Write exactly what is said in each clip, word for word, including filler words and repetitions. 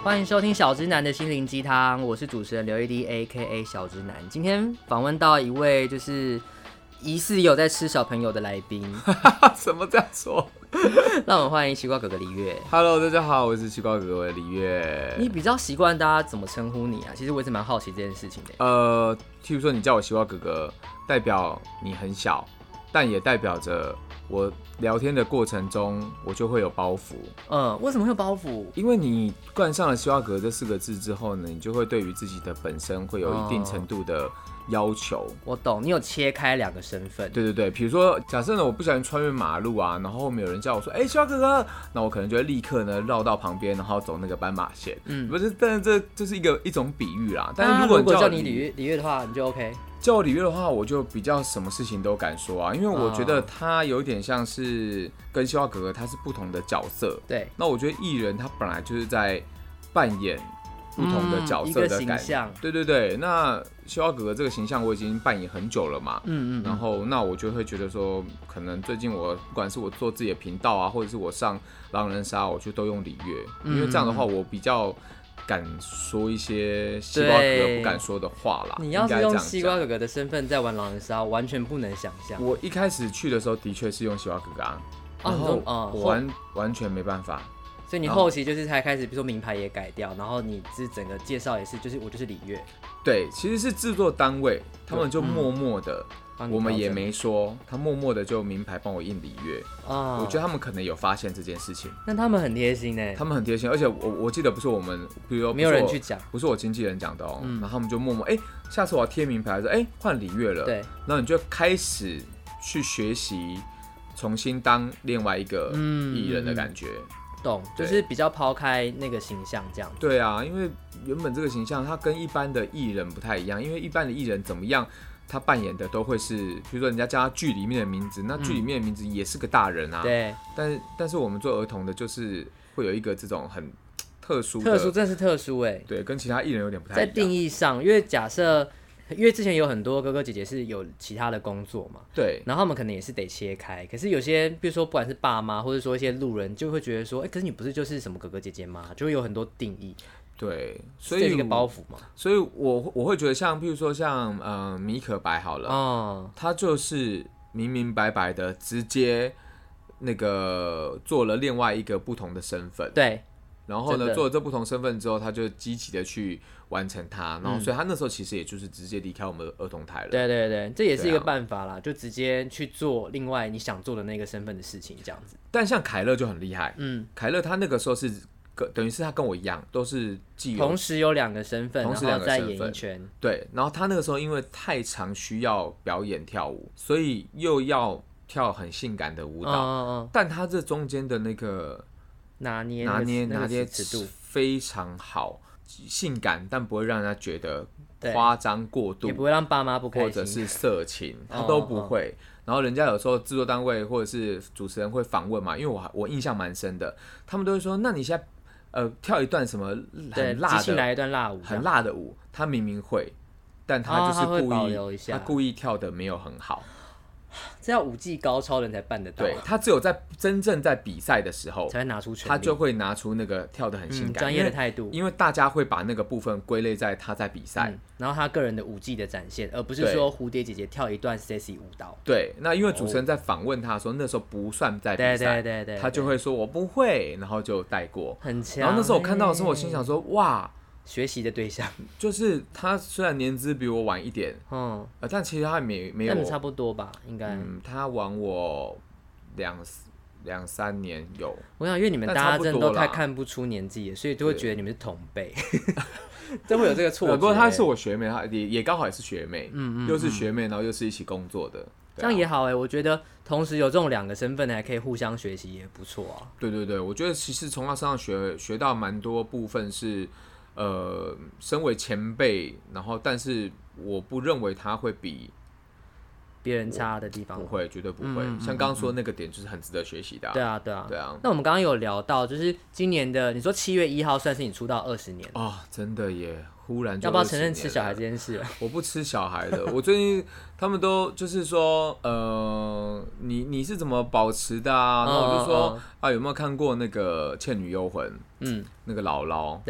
欢迎收听小直男的心灵鸡汤，我是主持人刘一滴 A K A 小直男。今天访问到一位就是疑似有在吃小朋友的来宾， 怎么这样说？ 让我们欢迎西瓜哥哥李月。 Hello， 大家好，我是西瓜哥哥的李月。 你比较习惯大家怎么称呼你啊？其实我一直蛮好奇这件事情的。 呃，譬如说你叫我西瓜哥哥，代表你很小，但也代表着我聊天的过程中，我就会有包袱。 嗯，为什么会有包袱？ 因为你冠上了西瓜哥哥这四个字之后呢，你就会对于自己的本身会有一定程度的要求。 我懂，你有切开两个身份。 对对对，比如说，假设呢，我不小心穿越马路啊，然后后面有人叫我说：“哎、欸，西瓜哥哥。”那我可能就会立刻呢绕到旁边，然后走那个斑马线。嗯，不是，但是这这是一个一种比喻啦。但是如果你叫你李月李月的话，你就 OK。 叫我李月的话，我就比较什么事情都敢说啊，因为我觉得他有点像是跟西瓜哥哥他是不同的角色。 对， 那我觉得艺人他本来就是在扮演不同的角色的感觉。对对对，那西瓜哥哥这个形象我已经扮演很久了嘛。嗯 嗯, 嗯。然后那我就会觉得说，可能最近我不管是我做自己的频道啊，或者是我上狼人杀，我就都用李月，因为这样的话我比较敢说一些西瓜哥哥不敢说的话啦。 你要是用西瓜哥哥的身份在玩狼人杀，完全不能想象。 我一开始去的时候的确是用西瓜哥哥啊，然后我完、哦、完全没办法。 所以你后期就是才开始，比如说名牌也改掉，然后你是整个介绍也是，就是我就是李月。 对，其实是制作单位，他们就默默的。嗯，我们也没说，他默默的就名牌帮我印礼乐。哦，我觉得他们可能有发现这件事情。 那他们很贴心呢。 他们很贴心，而且我我记得不是我们，比如说没有人去讲， 不是我经纪人讲的哦。嗯，然后他们就默默，哎、欸，下次我要贴名牌的时候，哎、欸，换礼乐了。对，然后你就开始去学习，重新当另外一个艺人的感觉。嗯嗯懂，就是比较抛开那个形象这样子。 对啊，因为原本这个形象它跟一般的艺人不太一样，因为一般的艺人怎么样，他扮演的都会是，比如说人家叫他剧里面的名字，那剧里面的名字也是个大人啊。对、嗯。但是但是我们做儿童的，就是会有一个这种很特殊的， 特殊真的是特殊哎、欸。 对，跟其他艺人有点不太一样。 在定义上，因为假设。因为之前有很多哥哥姐姐是有其他的工作嘛，对，然后他们可能也是得切开。可是有些，比如说不管是爸妈，或者说一些路人，就会觉得说，哎、欸，可是你不是就是什么哥哥姐姐吗？就会有很多定义。 对，所以这是一个包袱嘛。 所以我我会觉得像，比如说像呃米可白好了，哦，他就是明明白白的直接那个做了另外一个不同的身份。对。然后呢，做了这不同身份之后，他就积极的去完成它，然后所以他那时候其实也就是直接离开我们的儿童台了。对对对，这也是一个办法啦，啊、就直接去做另外你想做的那个身份的事情，这样子。 但像凯乐就很厉害，嗯，凯乐他那个时候是等于是他跟我一样，都是既有同时有两个身份，同时两个身份，然后再演艺圈。 对，然后他那个时候因为太常需要表演跳舞，所以又要跳很性感的舞蹈，嗯嗯嗯，但他这中间的那个。 拿捏拿捏拿捏尺度非常好，性感但不会让人家觉得夸张过度， 也不会让爸妈不开心， 或者是色情，他都不会。哦哦，然后人家有时候制作单位或者是主持人会访问嘛，因为我我印象蛮深的，他们都会说：“那你现在呃跳一段什么很辣的， 来一段辣舞， 很辣的舞。”他明明会，但他就是故意， 哦、他, 他故意跳的没有很好。 这要武技高超人才办得到。 对，他只有在真正在比赛的时候才会拿出全力， 他就会拿出那个跳得很性感、 专、嗯、业的态度。 因为大家会把那个部分归类在他在比赛、嗯， 然后他个人的武技的展现，而不是说蝴蝶姐姐跳一段 sexy 舞蹈。 对，那因为主持人在访问他的时候，那时候不算在比赛，对对对 对, 对，他就会说我不会，然后就带过， 很强、欸。 然后那时候我看到的时候，我心想说哇。 学习的对象就是他，虽然年资比我晚一点，嗯，呃，但其实他没没有， 那差不多吧，应该， 嗯，他晚我两两三年有。 我想，因为你们大家真的都太看不出年纪，所以就会觉得你们是同辈，真会有这个错觉。 不过她是我学妹，她也也刚好也是学妹，嗯嗯，又是学妹，然后又是一起工作的， 这样也好哎、欸。我觉得同时有这种两个身份，还可以互相学习，也不错啊。 对对对，我觉得其实从他身上学学到蛮多部分是。呃，身为前辈，然后但是我不认为他会比别人差的地方， 不会，绝对不会。嗯、像刚刚说的那个点，就是很值得学习的、啊。 对啊，对啊， 对啊。 那我们刚刚有聊到，就是今年的，你说七月一号算是你出道二十年哦，真的耶！忽然就要不要承认吃小孩这件事？ 我不吃小孩的，我最近他们都就是说，呃，你你是怎么保持的啊？然后我就说、嗯嗯、啊，有没有看过那个《倩女幽魂》？嗯，那个姥姥，对，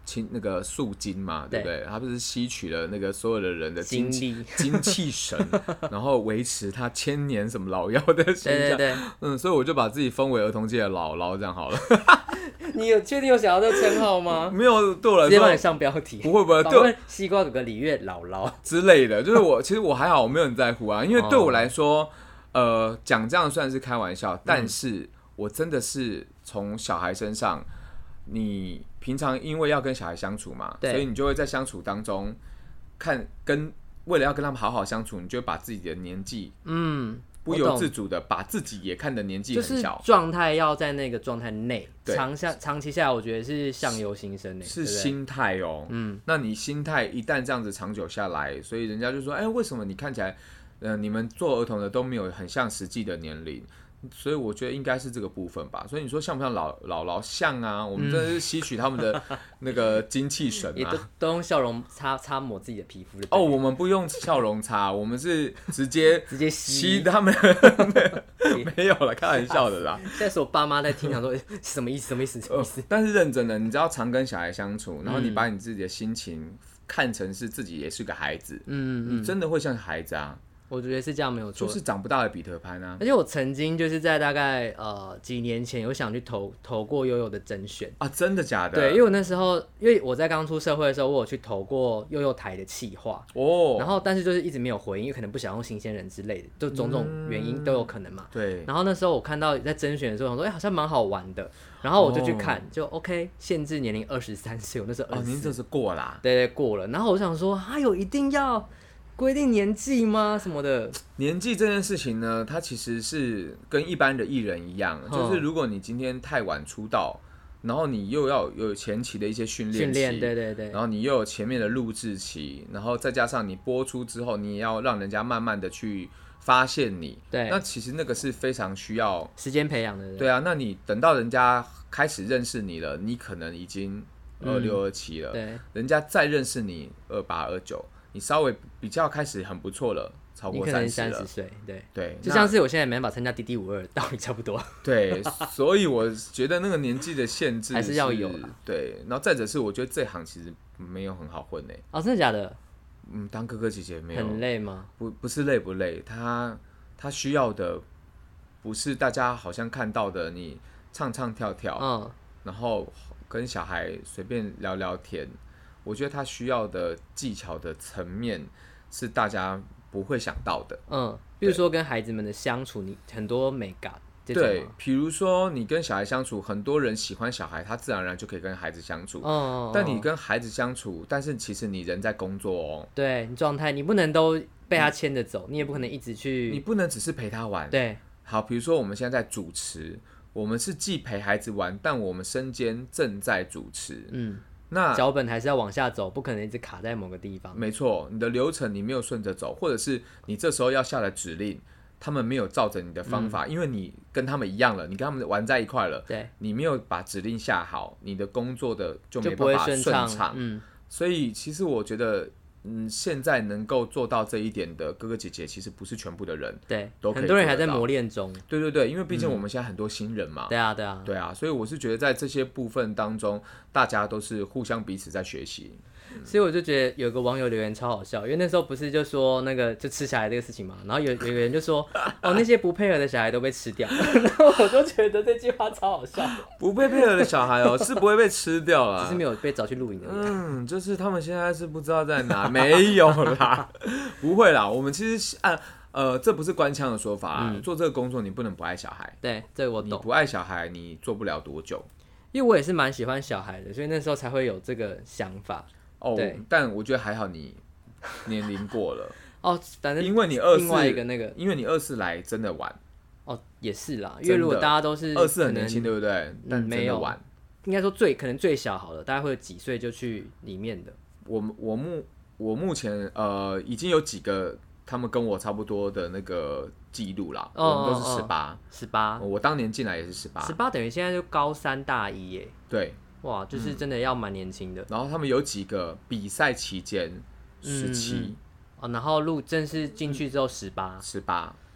清那个素精嘛，对不对？他不是吸取了那个所有的人的精力、 精气神，然后维持他千年什么老妖的形象。 对对对， 嗯，所以我就把自己封为儿童界的姥姥，这样好了。 你有确定有想要这个称号吗？ 没有，对我来说直接帮你上标题。 不会不会， 对西瓜哥哥李月姥姥之类的，就是我其实我还好，我没有很在乎啊，因为对我来说，哦、呃，讲这样算是开玩笑，但是我真的是从小孩身上。你平常因为要跟小孩相处嘛，所以你就会在相处当中看跟为了要跟他们好好相处，你就会把自己的年纪，嗯，不由自主的把自己也看的年纪很小， 就是状态要在那个状态内，长下长期下来，我觉得是相由心生的， 是心态哦，嗯，那你心态一旦这样子长久下来，所以人家就说，哎、欸，为什么你看起来，呃，你们做儿童的都没有很像实际的年龄？所以我觉得应该是这个部分吧。所以你说像不像姥姥姥像啊？我们真的是吸取他们的那个精气神啊， 也都都用笑容擦擦抹自己的皮肤。 哦，我们不用笑容擦，我们是直接直接吸他们。没有了，开玩笑的啦。 现在是我爸妈在听，想说什么意思？什么意思？什么意思？ 呃、但是认真的，你只要常跟小孩相处，然后你把你自己的心情看成是自己也是个孩子，嗯嗯，你真的会像孩子啊。 我觉得是这样没有错， 就是长不大的彼得潘啊。 而且我曾经就是在大概呃几年前有想去投投过悠悠的甄选啊，真的假的？ 对，因为我那时候因为我在刚出社会的时候，我有去投过悠悠台的企划哦，然后但是就是一直没有回应，因为可能不想用新鲜人之类的，就种种原因都有可能嘛。 嗯、对。 然后那时候我看到在甄选的时候，我说哎、欸、好像蛮好玩的，然后我就去看，哦、就 OK， 限制年龄二十三岁，我那时候二十四， 哦，您这是过啦， 对对过了。然后我想说，啊有一定要规定年纪吗？什么的？ 年纪这件事情呢，它其实是跟一般的艺人一样，就是如果你今天太晚出道，然后你又要有前期的一些训练期， 对对对， 然后你又有前面的录制期，然后再加上你播出之后，你也要让人家慢慢的去发现你， 对， 那其实那个是非常需要时间培养的。 对啊，那你等到人家开始认识你了，你可能已经二六二七了，对，人家再认识你二八二九。你稍微比较开始很不错了，超过三十了， 三十岁，对对， 就像是我现在没办法参加滴滴五二，道理差不多。 对，所以我觉得那个年纪的限制还是要有啦。 对，然后再者是，我觉得这行其实没有很好混诶。 哦，真的假的？ 嗯，当哥哥姐姐没有很累吗？ 不，不是累不累，他他需要的不是大家好像看到的你唱唱跳跳，嗯，然后跟小孩随便聊聊天。我觉得他需要的技巧的层面是大家不会想到的， 嗯，比如说跟孩子们的相处，你很多美感， 对，比如说你跟小孩相处，很多人喜欢小孩，他自然而然就可以跟孩子相处，嗯，但你跟孩子相处，但是其实你人在工作哦， 对你状态，你不能都被他牵着走，你也不可能一直去， 你不能只是陪他玩， 对， 好，比如说我们现在在主持，我们是既陪孩子玩，但我们身兼正在主持，嗯。那脚本还是要往下走，不可能一直卡在某个地方。 没错，你的流程你没有顺着走，或者是你这时候要下的指令，他们没有照着你的方法，嗯、因为你跟他们一样了，你跟他们玩在一块了， 对， 你没有把指令下好，你的工作的就没办法顺畅。嗯，所以其实我觉得。嗯，现在能够做到这一点的哥哥姐姐，其实不是全部的人， 对， 都可以做得到， 很多人还在磨练中。 对对对，因为毕竟我们现在很多新人嘛。 嗯、对啊，对啊， 对啊，所以我是觉得在这些部分当中，大家都是互相彼此在学习。 嗯、所以我就觉得有个网友留言超好笑，因为那时候不是就说那个就吃小孩这个事情嘛，然后有有个人就说哦那些不配合的小孩都被吃掉，然后我就觉得这句话超好笑。 不被配合的小孩哦是不会被吃掉啦， 只是没有被找去录影的。 嗯，就是他们现在是不知道在哪，没有啦，不会啦。我们其实啊呃这不是官腔的说法啊、嗯，做这个工作你不能不爱小孩。 对，这个我懂。 你不爱小孩，你做不了多久。 因为我也是蛮喜欢小孩的，所以那时候才会有这个想法。 哦，但我觉得还好，你年龄过了哦，反正因为你二四另外一个那个， 因为你二四来真的晚哦，也是啦，因为如果大家都是二四很年轻，对不对？但没有晚，应该说最可能最小好了，大概会有几岁就去里面的。 我我目我目前呃已经有几个他们跟我差不多的那个记录啦，哦、我们都是十八， 十八， 我当年进来也是十八， 十八等于现在就高三大一耶， 对。 哇，就是真的要蛮年轻的、嗯。 然后他们有几个比赛期间十七， 哦，然后录正式进去之后十八， 十八，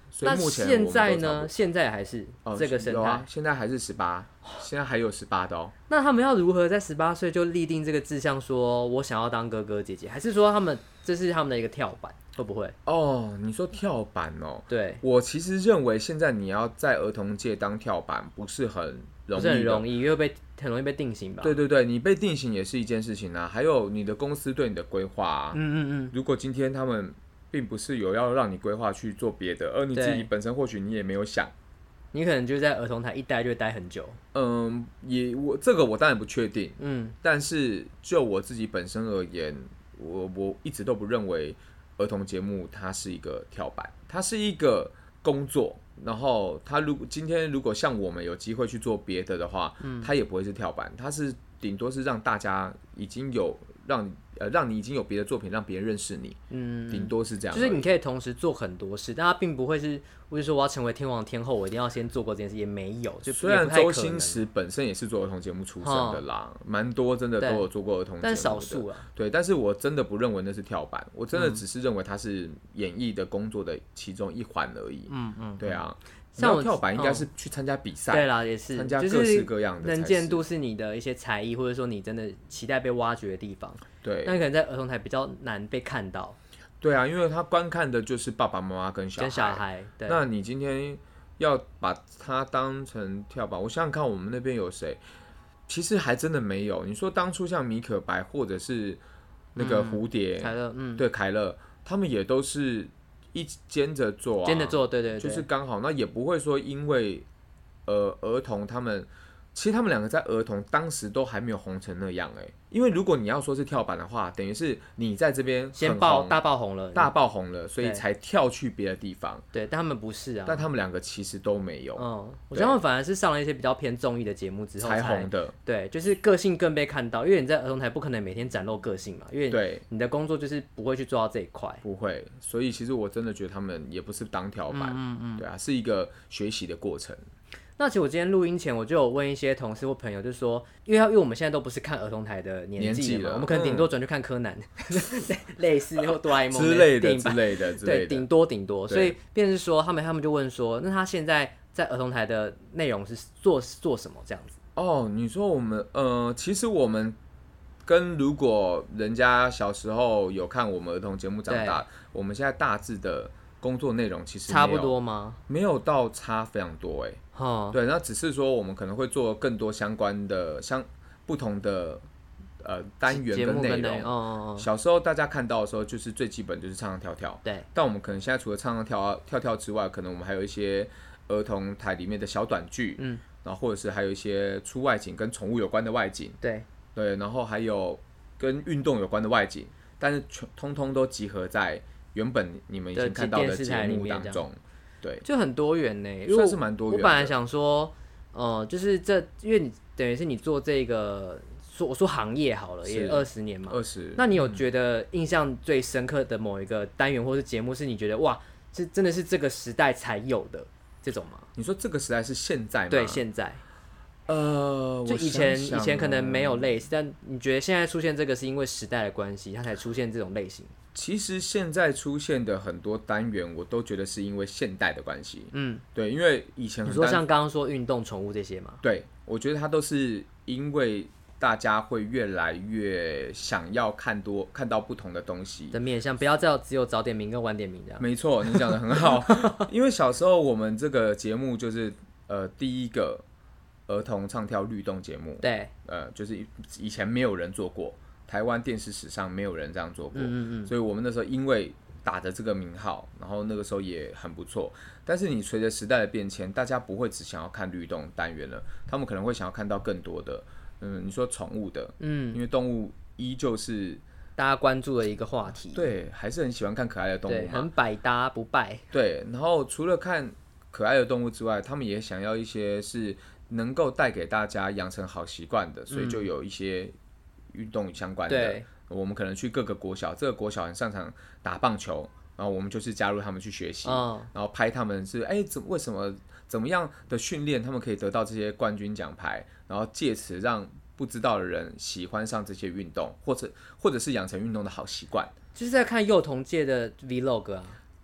所以目前那现在呢？现在还是这个生态、 哦啊？现在还是十八，现在还有十八的哦。 那他们要如何在十八岁就立定这个志向，说我想要当哥哥姐姐，还是说他们这是他们的一个跳板？会不会？ 哦，你说跳板哦？ 对， 我其实认为现在你要在儿童界当跳板不是很容易的，不是很容易，因为被很容易被定型吧？ 对对对，你被定型也是一件事情啊。还有你的公司对你的规划啊，嗯嗯嗯。如果今天他们并不是有要让你规划去做别的，而你自己本身或许你也没有想， 你可能就在儿童台一待就会待很久。 嗯，也我这个我当然不确定，嗯，但是就我自己本身而言，我我一直都不认为儿童节目它是一个跳板，它是一个工作。然后他如果今天如果像我们有机会去做别的的话，嗯，他也不会是跳板，他是顶多是让大家已经有让你。呃，让你已经有别的作品，让别人认识你，嗯，顶多是这样。 就是你可以同时做很多事，但它并不会是，或者说我要成为天王天后，我一定要先做过这件事，也没有。就虽然周星驰本身也是做儿童节目出身的啦，蛮、嗯、多真的都有做过儿童节目的， 但少数啊。 对，但是我真的不认为那是跳板，我真的只是认为它是演艺的工作的其中一环而已。嗯嗯，对啊。像我跳板应该是去参加比赛、嗯， 对啦，也是参加各式各样的， 能见度是你的一些才艺，或者说你真的期待被挖掘的地方。 对， 那可能在儿童台比较难被看到。 对啊，因为他观看的就是爸爸妈妈跟小孩。 跟小孩，对。 那你今天要把它当成跳板，我想想看，我们那边有谁？其实还真的没有。你说当初像米可白或者是那个蝴蝶， 凯乐，嗯， 对，凯乐，他们也都是。一兼着做啊， 兼着做，对对对， 就是刚好，那也不会说因为呃儿童他们，其实他们两个在儿童当时都还没有红成那样哎、欸，因为如果你要说是跳板的话，等于是你在这边先爆大爆红了， 大爆红了，所以才跳去别的地方。 对，但他们不是啊， 但他们两个其实都没有。 嗯，我觉得他们反而是上了一些比较偏综艺的节目之后才红的。 对，就是个性更被看到，因为你在儿童台不可能每天展露个性嘛，因为你的工作就是不会去做到这一块， 不会。所以其实我真的觉得他们也不是当跳板，嗯嗯嗯，对啊，是一个学习的过程。 那其实我今天录音前，我就有问一些同事或朋友，就说，因为因为我们现在都不是看儿童台的年纪了嘛，我们可能顶多转去看柯南，嗯、类似或哆啦 A 梦之类的之类的， 对，顶多顶多。所以便是说，他们他们就问说，那他现在在儿童台的内容是做做什么这样子？ 哦，你说我们呃，其实我们跟如果人家小时候有看我们儿童节目长大，我们现在大致的工作内容其实差不多吗？ 没有到差非常多哎、欸。哦、对，那只是说我们可能会做更多相关的、相不同的呃单元跟内容。哦哦哦小时候大家看到的时候，就是最基本就是唱唱跳跳。 对。 但我们可能现在除了唱唱跳跳跳之外，可能我们还有一些儿童台里面的小短剧，嗯，然后或者是还有一些出外景跟宠物有关的外景。 对。 对，然后还有跟运动有关的外景，但是全通通都集合在原本你们以前看到的节目当中。对， 就很多元呢， 算是蛮多元的。 我本来想说，呃，就是这，因为你等于是你做这个，说我说行业好了，也二十年嘛， 二十。 那你有觉得印象最深刻的某一个单元或是节目，是你觉得哇，这真的是这个时代才有的这种吗？ 你说这个时代是现在吗？ 对，现在。 呃， 就以前想想以前可能没有类似，但你觉得现在出现这个是因为时代的关系，它才出现这种类型？ 其实现在出现的很多单元，我都觉得是因为现代的关系。嗯，对，因为以前很你说像刚刚说运动、宠物这些嘛， 对，我觉得它都是因为大家会越来越想要看多看到不同的东西的面向，不要再只有早点名跟晚点名这样。 没错，你讲的很好。因为小时候我们这个节目就是呃第一个儿童唱跳律动节目， 对， 呃，就是以前没有人做过。台湾电视史上没有人这样做过，嗯嗯嗯所以我们那时候因为打着这个名号，然后那个时候也很不错。但是你随着时代的变迁，大家不会只想要看律动单元了，他们可能会想要看到更多的，嗯，你说宠物的，嗯，因为动物依旧是大家关注的一个话题， 对，还是很喜欢看可爱的动物嘛， 很百搭不败。 对，然后除了看可爱的动物之外，他们也想要一些是能够带给大家养成好习惯的，所以就有一些。运动相关的，我们可能去各个国小，这个国小很擅长打棒球，然后我们就是加入他们去学习，哦、然后拍他们是哎怎为什么怎么样的训练，他们可以得到这些冠军奖牌，然后借此让不知道的人喜欢上这些运动，或者或者是养成运动的好习惯。 就是在看幼童界的 vlog 啊。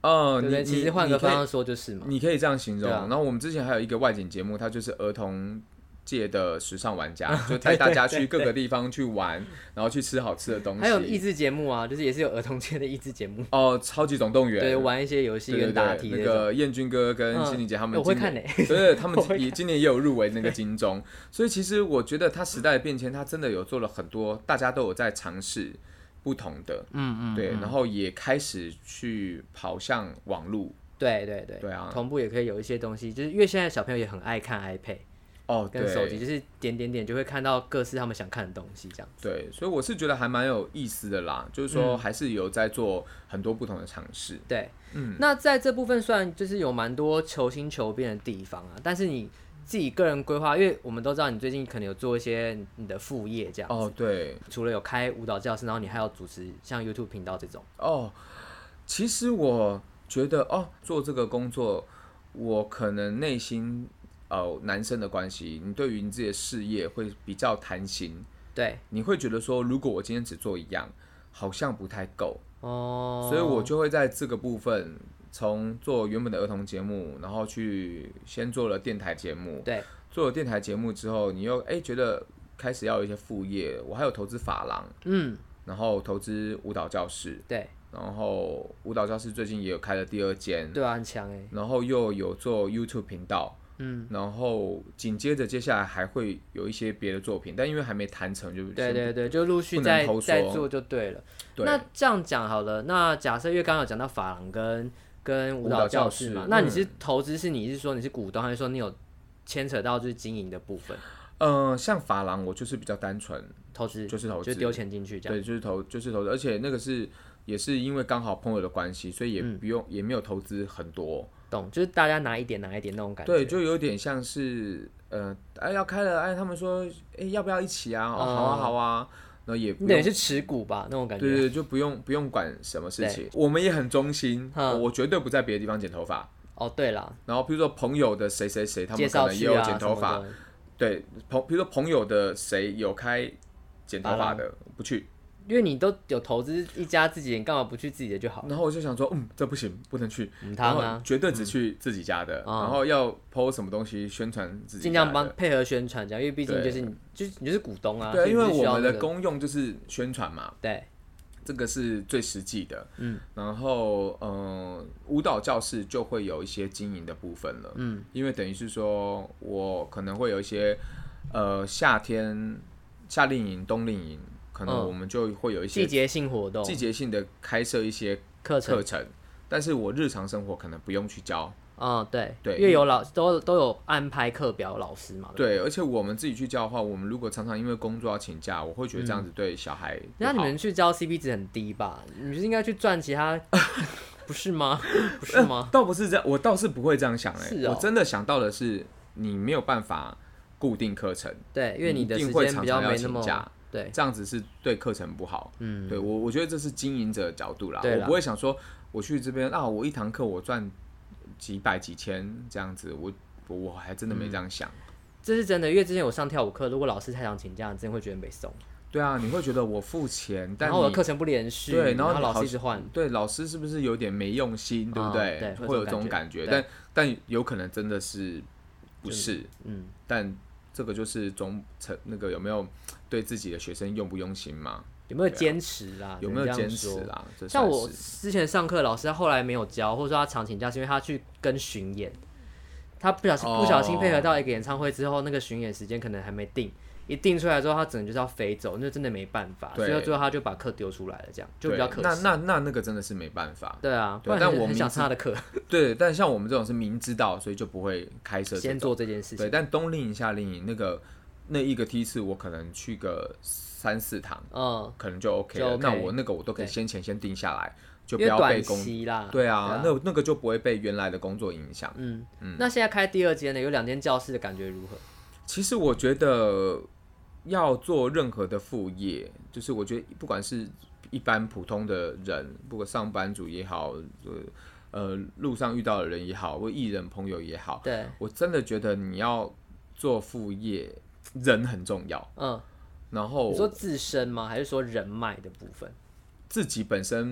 哦， 对不对？其实换个方向说就是嘛， 你可以这样形容。然后我们之前还有一个外景节目，它就是儿童界的时尚玩家，就带大家去各个地方去玩，然后去吃好吃的东西。 还有益智节目啊，就是也是有儿童界的益智节目。 哦，超级总动员， 对，玩一些游戏跟答题。 那个彦君哥跟心玲姐他们， 我会看诶， 对，他们也今年也有入围那个金钟。所以其实我觉得他时代的变迁，他真的有做了很多，大家都有在尝试不同的，嗯嗯，对，然后也开始去跑向网路。 对对对， 对啊， 同步也可以有一些东西，就是因为现在小朋友也很爱看 iPad。哦，跟手机就是点点点就会看到各式他们想看的东西，这样子。 对，所以我是觉得还蛮有意思的啦，就是说还是有在做很多不同的尝试。 对，嗯，那在这部分算就是有蛮多求新求变的地方啊，但是你自己个人规划，因为我们都知道你最近可能有做一些你的副业这样子。 哦，对， 除了有开舞蹈教室，然后你还要主持像 YouTube 频道这种。 哦，其实我觉得哦，做这个工作，我可能内心。呃，男生的关系，你对于你自己的事业会比较贪心， 对， 你会觉得说，如果我今天只做一样，好像不太够哦，所以我就会在这个部分，从做原本的儿童节目，然后去先做了电台节目， 对， 做了电台节目之后，你又哎、欸、觉得开始要有一些副业，我还有投资发廊，嗯，然后投资舞蹈教室， 对， 然后舞蹈教室最近也有开了第二间， 对啊，很强哎， 然后又有做 YouTube 频道。嗯，然后紧接着接下来还会有一些别的作品，但因为还没谈成，就对对对，就陆续在在做就对了。对，那这样讲好了，那假设因为刚刚有讲到发廊跟跟舞蹈教室嘛，那你是投资是你是说你是股东，还是说你有牵扯到就是经营的部分？ 呃，像发廊我就是比较单纯投资， 就是投资， 就丢钱进去这样。 对，就是投就是投资，而且那个是也是因为刚好朋友的关系，所以也不用、嗯、也没有投资很多。 懂，就是大家拿一点拿一点那种感觉。 对，就有点像是呃，哎要开了，哎他们说，哎要不要一起啊？哦，好啊好啊，然后也你等于是持股吧那种感觉。 对对，就不用不用管什么事情，我们也很忠心，我绝对不在别的地方剪头发。 哦，对啦。 然后比如说朋友的谁谁谁，他们可能也有剪头发。啊、对，朋比如说朋友的谁有开剪头发的，不去。 因为你都有投资一家自己，你干嘛不去自己的就好？ 然后我就想说，嗯，这不行，不能去。 嗯，然后绝对只去自己家的，嗯、然后要 po 什么东西宣传自己家的，尽量帮配合宣传这样，因为毕竟就是你，就是你就是股东啊。 对，因为我们的功用就是宣传嘛。 对， 这个是最实际的。嗯，然后嗯、呃，舞蹈教室就会有一些经营的部分了。嗯，因为等于是说我可能会有一些呃夏天夏令营、冬令营。可能我们就会有一些季节性活动， 季节性的开设一些课程，课程，但是我日常生活可能不用去教。 嗯，对，对，因为有老都都有安排课表老师嘛。 对，而且我们自己去教的话，我们如果常常因为工作要请假，我会觉得这样子对小孩。 那、嗯、你们去教 C P 值很低吧？你们是应该去赚其他，不是吗？不是吗？ 倒不是这样，我倒是不会这样想哎、欸。哦、我真的想到的是，你没有办法固定课程， 对，因为你的时间比较没那么。 对，这样子是对课程不好。嗯，对我我觉得这是经营者的角度啦，我不会想说我去这边啊，我一堂课我赚几百几千这样子，我我还真的没这样想。嗯、 这是真的，因为之前我上跳舞课，如果老师太常请假，真的会觉得没送。 对啊，你会觉得我付钱，但然后我的课程不连续， 对， 然后老师一直换， 对，老师是不是有点没用心，对不对？ 嗯、对， 会有这种感觉，但但有可能真的是不是，嗯，但。这个就是总成那个有没有对自己的学生用不用心嘛？ 有没有坚持啦？ 有没有坚持啦？ 像我之前上课，老师他后来没有教，或者说他常请假，是因为他去跟巡演，他不小心不小心配合到一个演唱会之后，那个巡演时间可能还没定，一定出来之后，他整个就是要飞走，那真的没办法，所以最后他就把课丢出来了，这样就比较可惜。 那那那那个真的是没办法。 对啊，不然但我很想上他的课。 对，但像我们这种是明知道，所以就不会开设先做这件事情。 对，但冬令营、夏令营那个。那一个梯次我可能去个三四堂，嗯，可能就 OK 了。OK 那我那个我都可以先前先定下来，就不要被工啦。 对啊，那那个就不会被原来的工作影响。 嗯嗯。那现在开第二间呢，有两间教室的感觉如何？ 其实我觉得要做任何的副业，就是我觉得不管是一般普通的人，不管上班族也好，呃，路上遇到的人也好，或艺人朋友也好， 对， 我真的觉得你要做副业。人很重要，嗯，然后你说自身吗？还是说人脉的部分？ 自己本身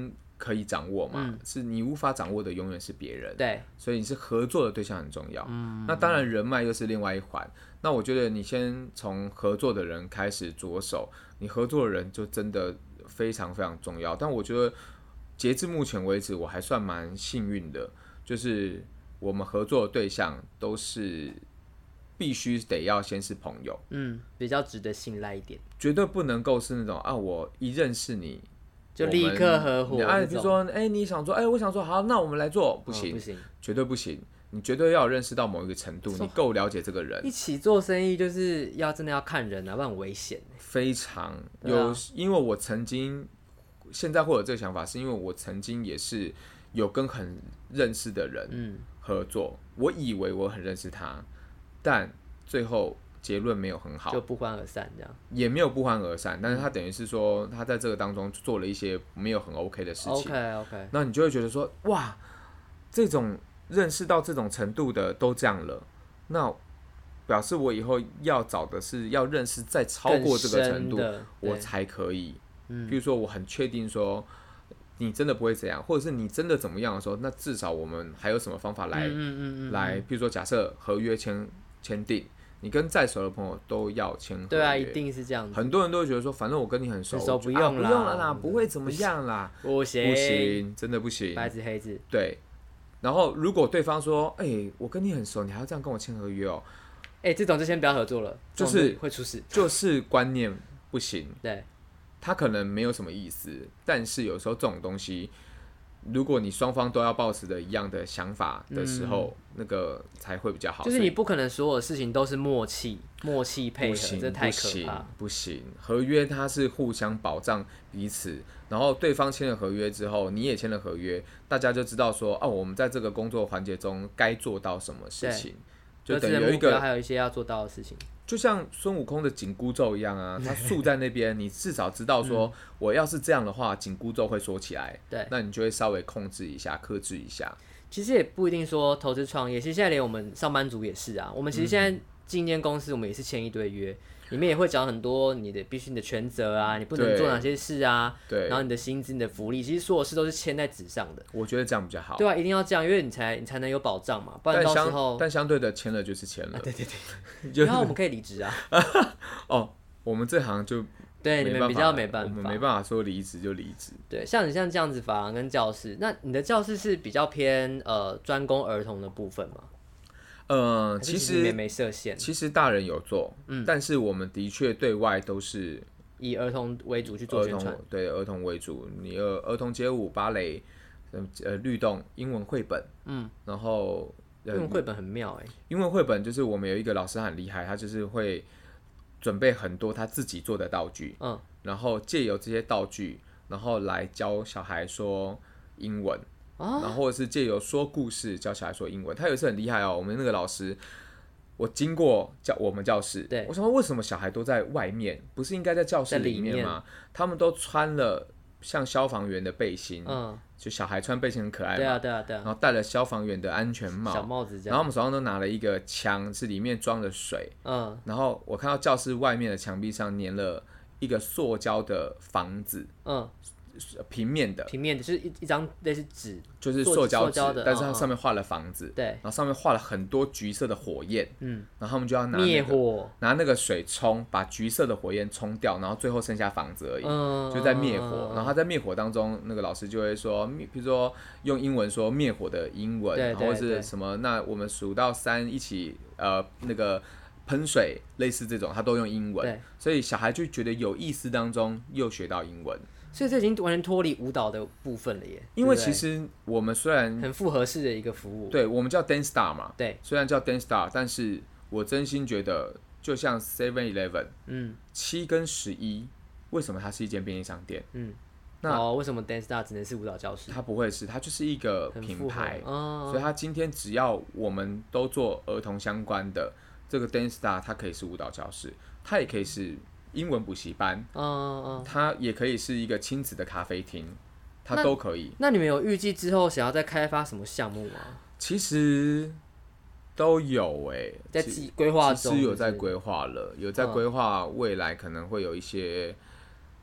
可以掌握嘛，嗯、是你无法掌握的永远是别人。 对， 所以你是合作的对象很重要。嗯，那当然人脉又是另外一环。那我觉得你先从合作的人开始着手，你合作的人就真的非常非常重要。但我觉得截至目前为止，我还算蛮幸运的，就是我们合作的对象都是必须得要先是朋友， 嗯，比较值得信赖一点， 绝对不能够是那种啊，我一认识你。 就立刻合伙， 哎，比如说，哎、欸，你想做，哎、欸，我想做，好，那我们来做，不行， 哦、不行， 绝对不行，你绝对要认识到某一个程度，你够了解这个人。 一起做生意就是要真的要看人啊，不然很危险。 非常有，啊、因为我曾经现在会有这个想法，是因为我曾经也是有跟很认识的人合作，嗯、我以为我很认识他，但最后。结论没有很好， 就不欢而散，这样也没有不欢而散，但是他等于是说他在这个当中做了一些没有很 OK 的事情。 OK OK， 那你就会觉得说，哇，这种认识到这种程度的都这样了，那表示我以后要找的是要认识再超过这个程度，我才可以。嗯，比如说我很确定说你真的不会怎样，或者是你真的怎么样的时候，那至少我们还有什么方法来、嗯嗯嗯嗯、来，比如说假设合约签签订。你跟再熟的朋友都要签合约， 对啊，一定是这样子。 很多人都会觉得说，反正我跟你很熟， 很熟不用啦、 啊，不用了啦，不会怎么样啦， 不行， 不行，真的不行， 白纸黑字。 对。然后如果对方说，哎、欸，我跟你很熟，你还要这样跟我签合约哦， 哎、欸，这种就先不要合作了， 就是会出事， 就是观念不行。 对， 他可能没有什么意思，但是有时候这种东西。如果你双方都要抱持的一样的想法的时候，嗯、那个才会比较好。 就是你不可能所有事情都是默契、默契配合，这太可怕。 不行，合约它是互相保障彼此，然后对方签了合约之后，你也签了合约，大家就知道说，哦，我们在这个工作环节中该做到什么事情，就等于有一个还有一些要做到的事情。 就像孙悟空的紧箍咒一样啊，他竖在那边，你至少知道说，我要是这样的话，紧箍咒会缩起来。对，那你就会稍微控制一下，克制一下。 其实也不一定说投资创业，其实现在连我们上班族也是啊。我们其实现在进一间公司，我们也是签一堆约。里面也会讲很多你的必须你的权责啊，你不能做哪些事啊，对，然后你的薪资、你的福利，其实所有事都是签在纸上的。 我觉得这样比较好。 对啊，一定要这样，因为你才你才能有保障嘛，不然到时候。 但相对的签了就是签了。 啊、对对对。然后我们可以离职啊。 哦，我们这行就对你们比较没办法， 我们没办法说离职就离职。 对，像你像这样子法郎跟教室，那你的教室是比较偏呃专攻儿童的部分吗？ 呃，其实没设限， 其实大人有做，嗯，但是我们的确对外都是以儿童为主去做宣传， 对儿童为主，你有儿童街舞、芭蕾，呃，律动、英文绘本，嗯，然后英文绘本很妙哎、欸， 英文绘本就是我们有一个老师很厉害，他就是会准备很多他自己做的道具，嗯，然后借由这些道具，然后来教小孩说英文。然后或者是借由说故事教小孩说英文，他有一次很厉害哦。我们那个老师，我经过教我们教室，我想说为什么小孩都在外面，不是应该在教室里面吗？他们都穿了像消防员的背心，嗯，就小孩穿背心很可爱嘛， 对啊对啊对啊， 然后戴了消防员的安全帽， 小帽子这样， 然后我们手上都拿了一个枪，是里面装了水，嗯，然后我看到教室外面的墙壁上粘了一个塑胶的房子，嗯。平面的， 平面的就是一一张类似纸， 就是塑胶纸，但是它上面画了房子， 对， 然后上面画了很多橘色的火焰，嗯，然后他们就要拿灭火， 拿那个水冲，把橘色的火焰冲掉，然后最后剩下房子而已，嗯，就在灭火。然后他在灭火当中，那个老师就会说，比如说用英文说灭火的英文，然后是什么？那我们数到三一起，呃，那个喷水，类似这种，他都用英文，所以小孩就觉得有意思，当中又学到英文。 所以这已经完全脱离舞蹈的部分了耶。 因为其实我们虽然很复合式的一个服务， 对，我们叫 Dance Star 嘛， 对， 虽然叫 Dance Star， 但是我真心觉得，就像 Seven Eleven， 嗯，七跟十一，为什么它是一间便利商店？嗯， 那哦，为什么 Dance Star 只能是舞蹈教室？ 它不会是，它就是一个品牌，哦，所以它今天只要我们都做儿童相关的，这个 Dance Star 它可以是舞蹈教室，它也可以是英文补习班，嗯嗯嗯，它也可以是一个亲子的咖啡厅，它都可以。 那你们有预计之后想要再开发什么项目吗？ 其实都有哎、欸， 在规划中， 其实有在规划了，有在规划未来可能会有一些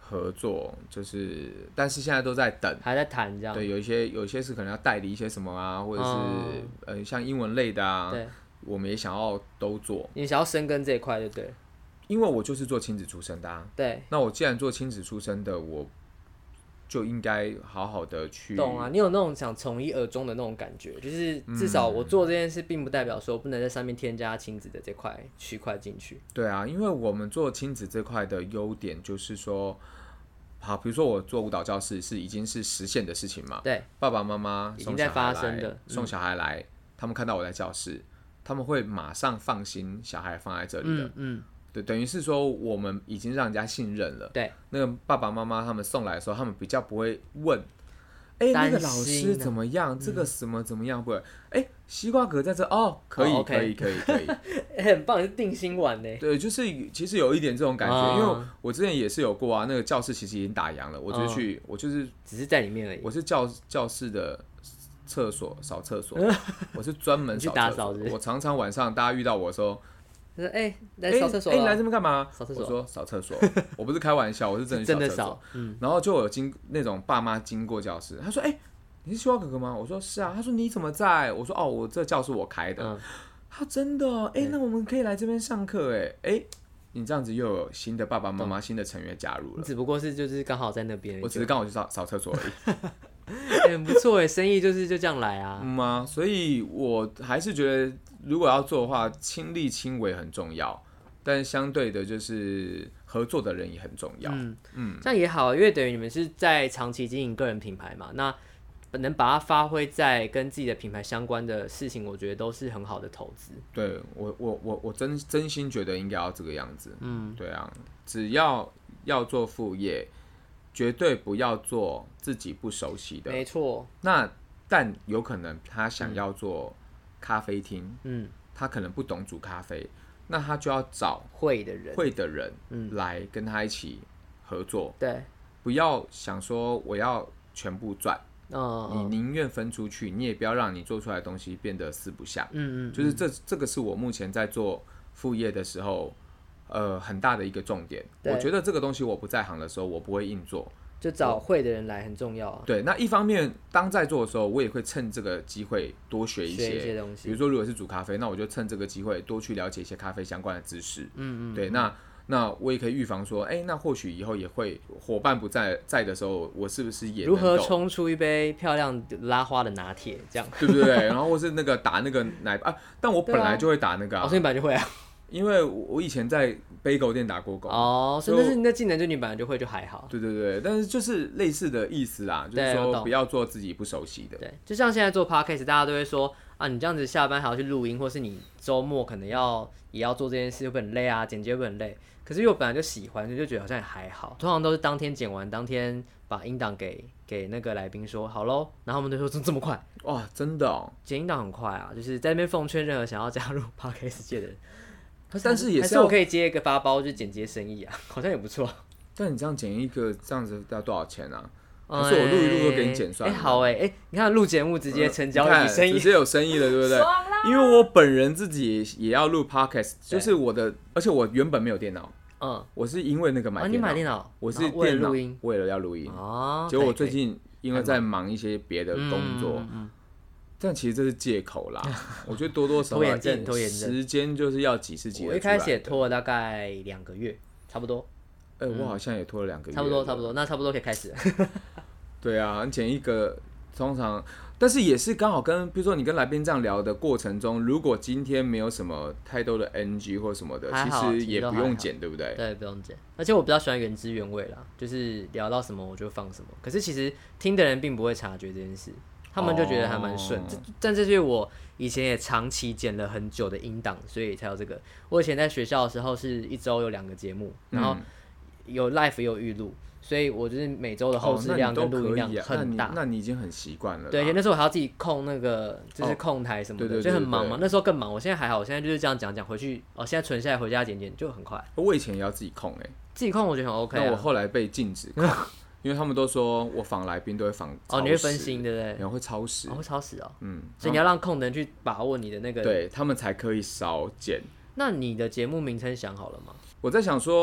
合作，就是但是现在都在等， 还在谈这样。 对，有一些有一些是可能要代理一些什么啊，或者是、嗯、呃像英文类的啊，对，我们也想要都做。 你想要深耕这一块，对不对？ 因为我就是做亲子出身的啊， 对。 那我既然做亲子出身的，我就应该好好的去。 懂啊，你有那种想从一而终的那种感觉，就是至少我做这件事，并不代表说不能在上面添加亲子的这块区块进去。 对啊，因为我们做亲子这块的优点就是说，好，比如说我做舞蹈教室是已经是实现的事情嘛， 对， 爸爸妈妈已经在发生的， 嗯、送小孩来，他们看到我在教室，他们会马上放心小孩放在这里的，嗯。嗯，对，等于是说我们已经让人家信任了。对，那个爸爸妈妈他们送来的时候，他们比较不会问，哎、欸，那个老师怎么样？嗯、这个什么怎么样？不会，哎、欸，西瓜壳在这哦，可以，哦 okay、可以，可以，可以， 欸、很棒，是定心丸呢。 对，就是其实有一点这种感觉，哦、因为我之前也是有过啊，那个教室其实已经打烊了，我就去，哦、我就是只是在里面而已。 我是教教室的厕所扫厕所，我是专门扫厕所。我常常晚上大家遇到我的时候。 哎、欸，来扫厕所！ 哎、欸，你来这边干嘛？ 扫厕所。 我说扫厕所，我不是开玩笑，我是真的扫厕所。嗯、然后就有经那种爸妈经过教室，他说：“哎、欸，你是西瓜哥哥吗？”我说：“是啊。”他说：“你怎么在？”我说：“哦，我这教室我开的。嗯”他真的、哦？哎、欸，那我们可以来这边上课哎哎、欸，你这样子又有新的爸爸妈妈、新的成员加入了。 你只不过是就是刚好在那边， 我只是刚好去扫扫厕所而已。 欸、很不错哎，生意就是就这样来啊。 嗯啊，所以我还是觉得，如果要做的话，亲力亲为很重要。但相对的，就是合作的人也很重要。嗯嗯，这样也好，因为等于你们是在长期经营个人品牌嘛，那能把它发挥在跟自己的品牌相关的事情，我觉得都是很好的投资。 对我，我我我真真心觉得应该要这个样子。嗯，对啊，只要要做副业，绝对不要做自己不熟悉的。 没错。 那但有可能他想要做咖啡厅，嗯，他可能不懂煮咖啡。那他就要找会的人， 会的人来跟他一起合作。 对、嗯， 不要想说我要全部赚，哦、你宁愿分出去，你也不要让你做出来的东西变得四不像。嗯嗯，就是这这个是我目前在做副业的时候，呃，很大的一个重点。我觉得这个东西我不在行的时候，我不会硬做。 就找会的人来很重要啊。 对，那一方面，当在做的时候，我也会趁这个机会多学一些， 学一些东西。 比如说，如果是煮咖啡，那我就趁这个机会多去了解一些咖啡相关的知识。嗯嗯。对，那那我也可以预防说，哎、欸，那或许以后也会伙伴不在在的时候，我是不是也能如何冲出一杯漂亮拉花的拿铁，这样对不对？然后或是那个打那个奶啊，但我本来就会打那个、啊， 我、啊哦、你本来就会啊。 因为我以前在杯狗店打过工哦，所以但是你的技能就你本来就会就还好。 对对对，但是就是类似的意思啦，就是说不要做自己不熟悉的。 对，就像现在做 podcast， 大家都会说啊，你这样子下班还要去录音，或是你周末可能要也要做这件事，会不会很累啊？剪接会不会很累？可是因为我本来就喜欢，就觉得好像也还好。通常都是当天剪完，当天把音档给给那个来宾说好咯，然后他们就说这么快哇，真的哦， 剪音档很快啊，就是在那边奉劝任何想要加入 podcast 界的人。 但是也是， 还是我可以接一个发包，就剪接生意啊，好像也不错。 但你这样剪一个这样子要多少钱啊？还是我录一录都给你剪算了？ 哎、欸，好哎、欸，哎、欸，你看录节目直接成交你生意， 直接有生意了，对不对？因为我本人自己也要录 podcast， 就是我的，而且我原本没有电脑，嗯，我是因为那个买电脑， 啊、你买电脑， 我是电脑为了要录音哦。结果我最近因为在忙一些别的工作。嗯嗯，但其实这是借口啦，我觉得多多少少拖延症，拖延症， 时间就是要挤是挤得出来的。 我一开始也拖了大概两个月，差不多。 哎、欸，我好像也拖了两个月、嗯。 差不多，差不多，那差不多可以开始了。 对啊，你剪一个通常，但是也是刚好跟，比如说你跟来宾这样聊的过程中，如果今天没有什么太多的 N G 或什么的，其实也不用剪，对不对？ 对，不用剪。而且我比较喜欢原汁原味啦，就是聊到什么我就放什么。可是其实听的人并不会察觉这件事。他们就觉得还蛮顺，哦、但这是我以前也长期剪了很久的音档，所以才有这个。我以前在学校的时候是一周有两个节目，然后有 live 也有预录，所以我就是每周的后置量跟录音量很大。 哦、那, 你那你已经很习惯了。 对，那时候我还要自己控那个就是控台什么的，哦、对对对对，就很忙嘛。那时候更忙，我现在还好，我现在就是这样讲讲回去，哦，现在存下来回家剪剪就很快。 我以前也要自己控哎、欸， 自己控我觉得很 OK、啊。 那我后来被禁止控。因为他们都说我访来宾都会访超时， 哦，你会分心对不对？ 然后会超时， 哦，会超时哦。嗯，所以你要让控的人去把握你的那个， 对他们才可以少剪。 那你的节目名称想好了吗？ 我在想说，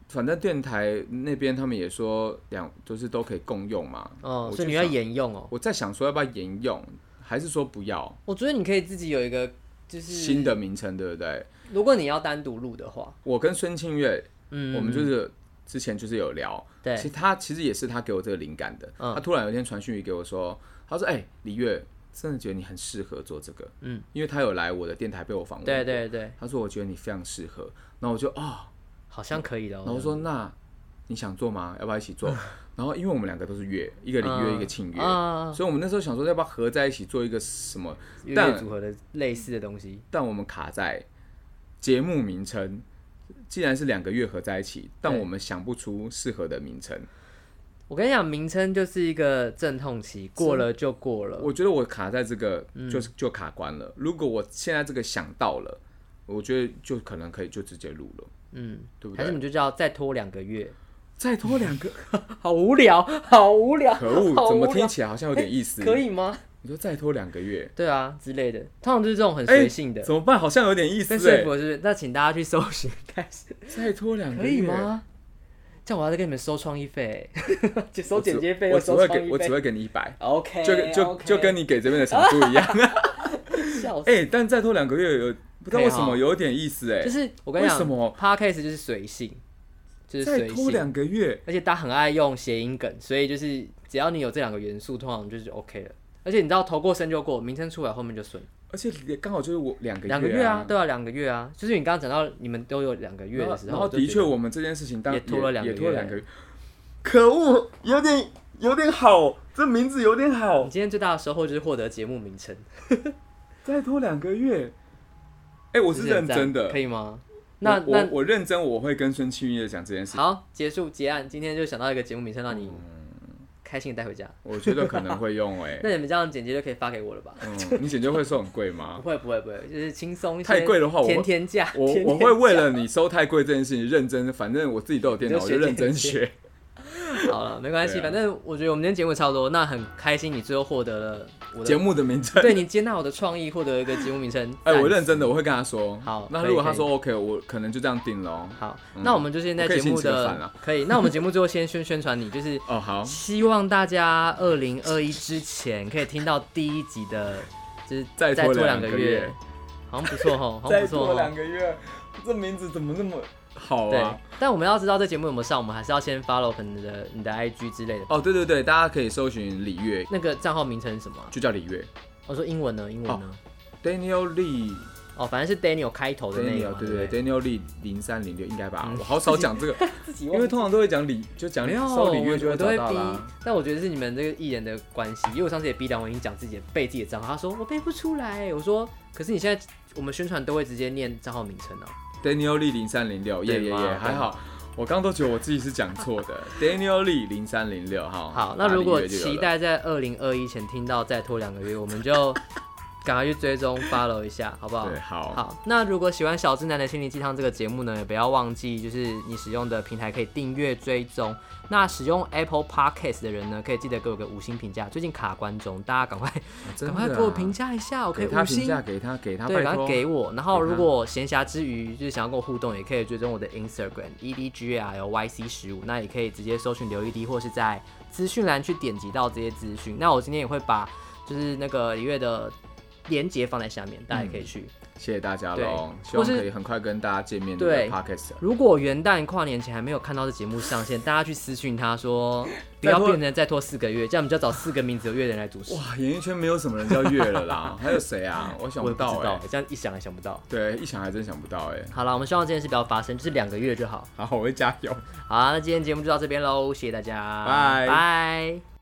反正电台那边他们也说两就是都可以共用嘛。 哦，所以你要沿用哦。 我在想说要不要沿用，还是说不要？ 我觉得你可以自己有一个就是新的名称，对不对？ 如果你要单独录的话， 我跟孙庆月，嗯，我们就是之前就是有聊， 对， 其实他其实也是他给我这个灵感的。嗯、他突然有一天传讯语给我说，他说：“哎、欸，李月。”真的觉得你很适合做这个，嗯，因为他有来我的电台被我访问， 对对对， 他说我觉得你非常适合，然后我就啊、哦， 好像可以的、哦， 然后我说那你想做吗？要不要一起做？然后因为我们两个都是月，一个李月、嗯、一个庆月、嗯，所以我们那时候想说要不要合在一起做一个什么乐队组合的类似的东西， 但我们卡在节目名称，既然是两个月合在一起，但我们想不出适合的名称。 我跟你讲，名称就是一个阵痛期，过了就过了。 我觉得我卡在这个就、嗯、就卡关了。如果我现在这个想到了，我觉得就可能可以就直接录了，嗯，对不对？ 还是你就叫再拖两个月， 再拖两个， 好无聊，好无聊， 可恶，怎么听起来好像有点意思？ 可以吗？ 你说再拖两个月， 对啊之类的，通常就是这种很随性的、 欸。怎么办？好像有点意思、欸。 但是我是，那请大家去搜寻开始。 再拖两个月， 可以吗？这样我要再跟你们收创意费，就收剪接费，又收创意费。 我只会给你一百 ，OK， 就就 okay. 就跟你给这边的场租一样。 笑死！ 哎、欸，但再拖两个月有不知道为什么有点意思哎、欸。 就是我跟你讲， 为什么 Podcast 就是随性，就是随性。 再拖两个月， 而且大家很爱用谐音梗，所以就是只要你有这两个元素，通常就是 OK 了。而且你知道投过身就过，名称出来后面就顺。 而且刚好就是我两个月、啊， 两个月啊，对啊，两个月啊，就是你刚刚讲到你们都有两个月的时候， 然后的确我们这件事情当也拖了两个月，也拖了两个月。 可恶，有点有点好，这名字有点好。 你今天最大的收获就是获得节目名称。 再拖两个月，哎、欸，我是认真的， 可以吗？那我那 我, 我认真，我会跟孙庆月讲这件事情。 好，结束结案，今天就想到一个节目名称让你。开心的带回家， 我觉得可能会用哎、欸。 那你们这样剪接就可以发给我了吧？ 嗯，你剪接会收很贵吗？ 不会不会不会，就是轻松一些。 太贵的话，我甜甜价。 我甜甜我会为了你收太贵这件事情认真，反正我自己都有电脑，我就认真学。 好了，没关系、啊，反正我觉得我们今天节目差不多，那很开心你最后获得了我的节目的名称， 对你接纳我的创意，获得一个节目名称。 哎、欸，我认真的，我会跟他说。 好， 那如果他说 OK， 我可能就这样定了。 好、嗯，那我们就现在节目的可以，那我们节目最后先宣宣传你，就是哦好， 希望大家二零二一之前可以听到第一集的，就是再拖两个月，好像不错哈，好像不错。 再拖两个月，这名字怎么那么？好啊，对， 但我们要知道这节目有没有上，我们还是要先 follow 可能你的你的 I G 之类的。 哦，对对对，大家可以搜寻李月， 那个账号名称是什么、啊？ 就叫李月。 我说英文呢？英文呢、哦、 ？Daniel Lee。 哦，反正是 Daniel 开头的那个嘛。 对对对 ，Daniel Lee 零三零六应该吧、嗯？我好少讲这个， 因为通常都会讲李，就讲搜李月就会找到啦。 但我觉得是你们这个艺人的关系，因为我上次也逼梁文音讲自己的背自己的账号，他说我背不出来，我说可是你现在我们宣传都会直接念账号名称啊。 Daniel Lee 零三零六，耶耶耶，还好，我刚刚都觉得我自己是讲错的。Daniel Lee 零三零六，好。 好，那如果期待在二零二一前听到再拖两个月，我们就赶快去追踪 follow 一下，好不好？ 对，好。 好，那如果喜欢小之男的心灵鸡汤这个节目呢，也不要忘记，就是你使用的平台可以订阅追踪。那使用 Apple Podcast 的人呢，可以记得给我个五星评价。最近卡关中，大家赶快赶、哦啊、快给我评价一下，我可以五星。 给他给他给他， 对，赶快给我。然后如果闲暇之余就是想要跟我互动，也可以追踪我的 Instagram E D G R L Y C 十五，那也可以直接搜寻刘一滴，或是在资讯栏去点击到这些资讯。那我今天也会把就是那个李月的连结放在下面，大家也可以去。嗯， 谢谢大家喽，希望可以很快跟大家见面。 对 ，Podcast。 如果元旦跨年前还没有看到这节目上线，大家去私讯他说不要变成再拖四个月，这样我们就要找四个名字有月的人来主持。 哇，演艺圈没有什么人叫月了啦，还有谁啊？我想不到哎、欸， 这样一想还想不到。 对，一想还真想不到哎、欸。 好了，我们希望这件事不要发生，就是两个月就好。 好，我会加油。 好，那今天节目就到这边喽，谢谢大家， 拜拜。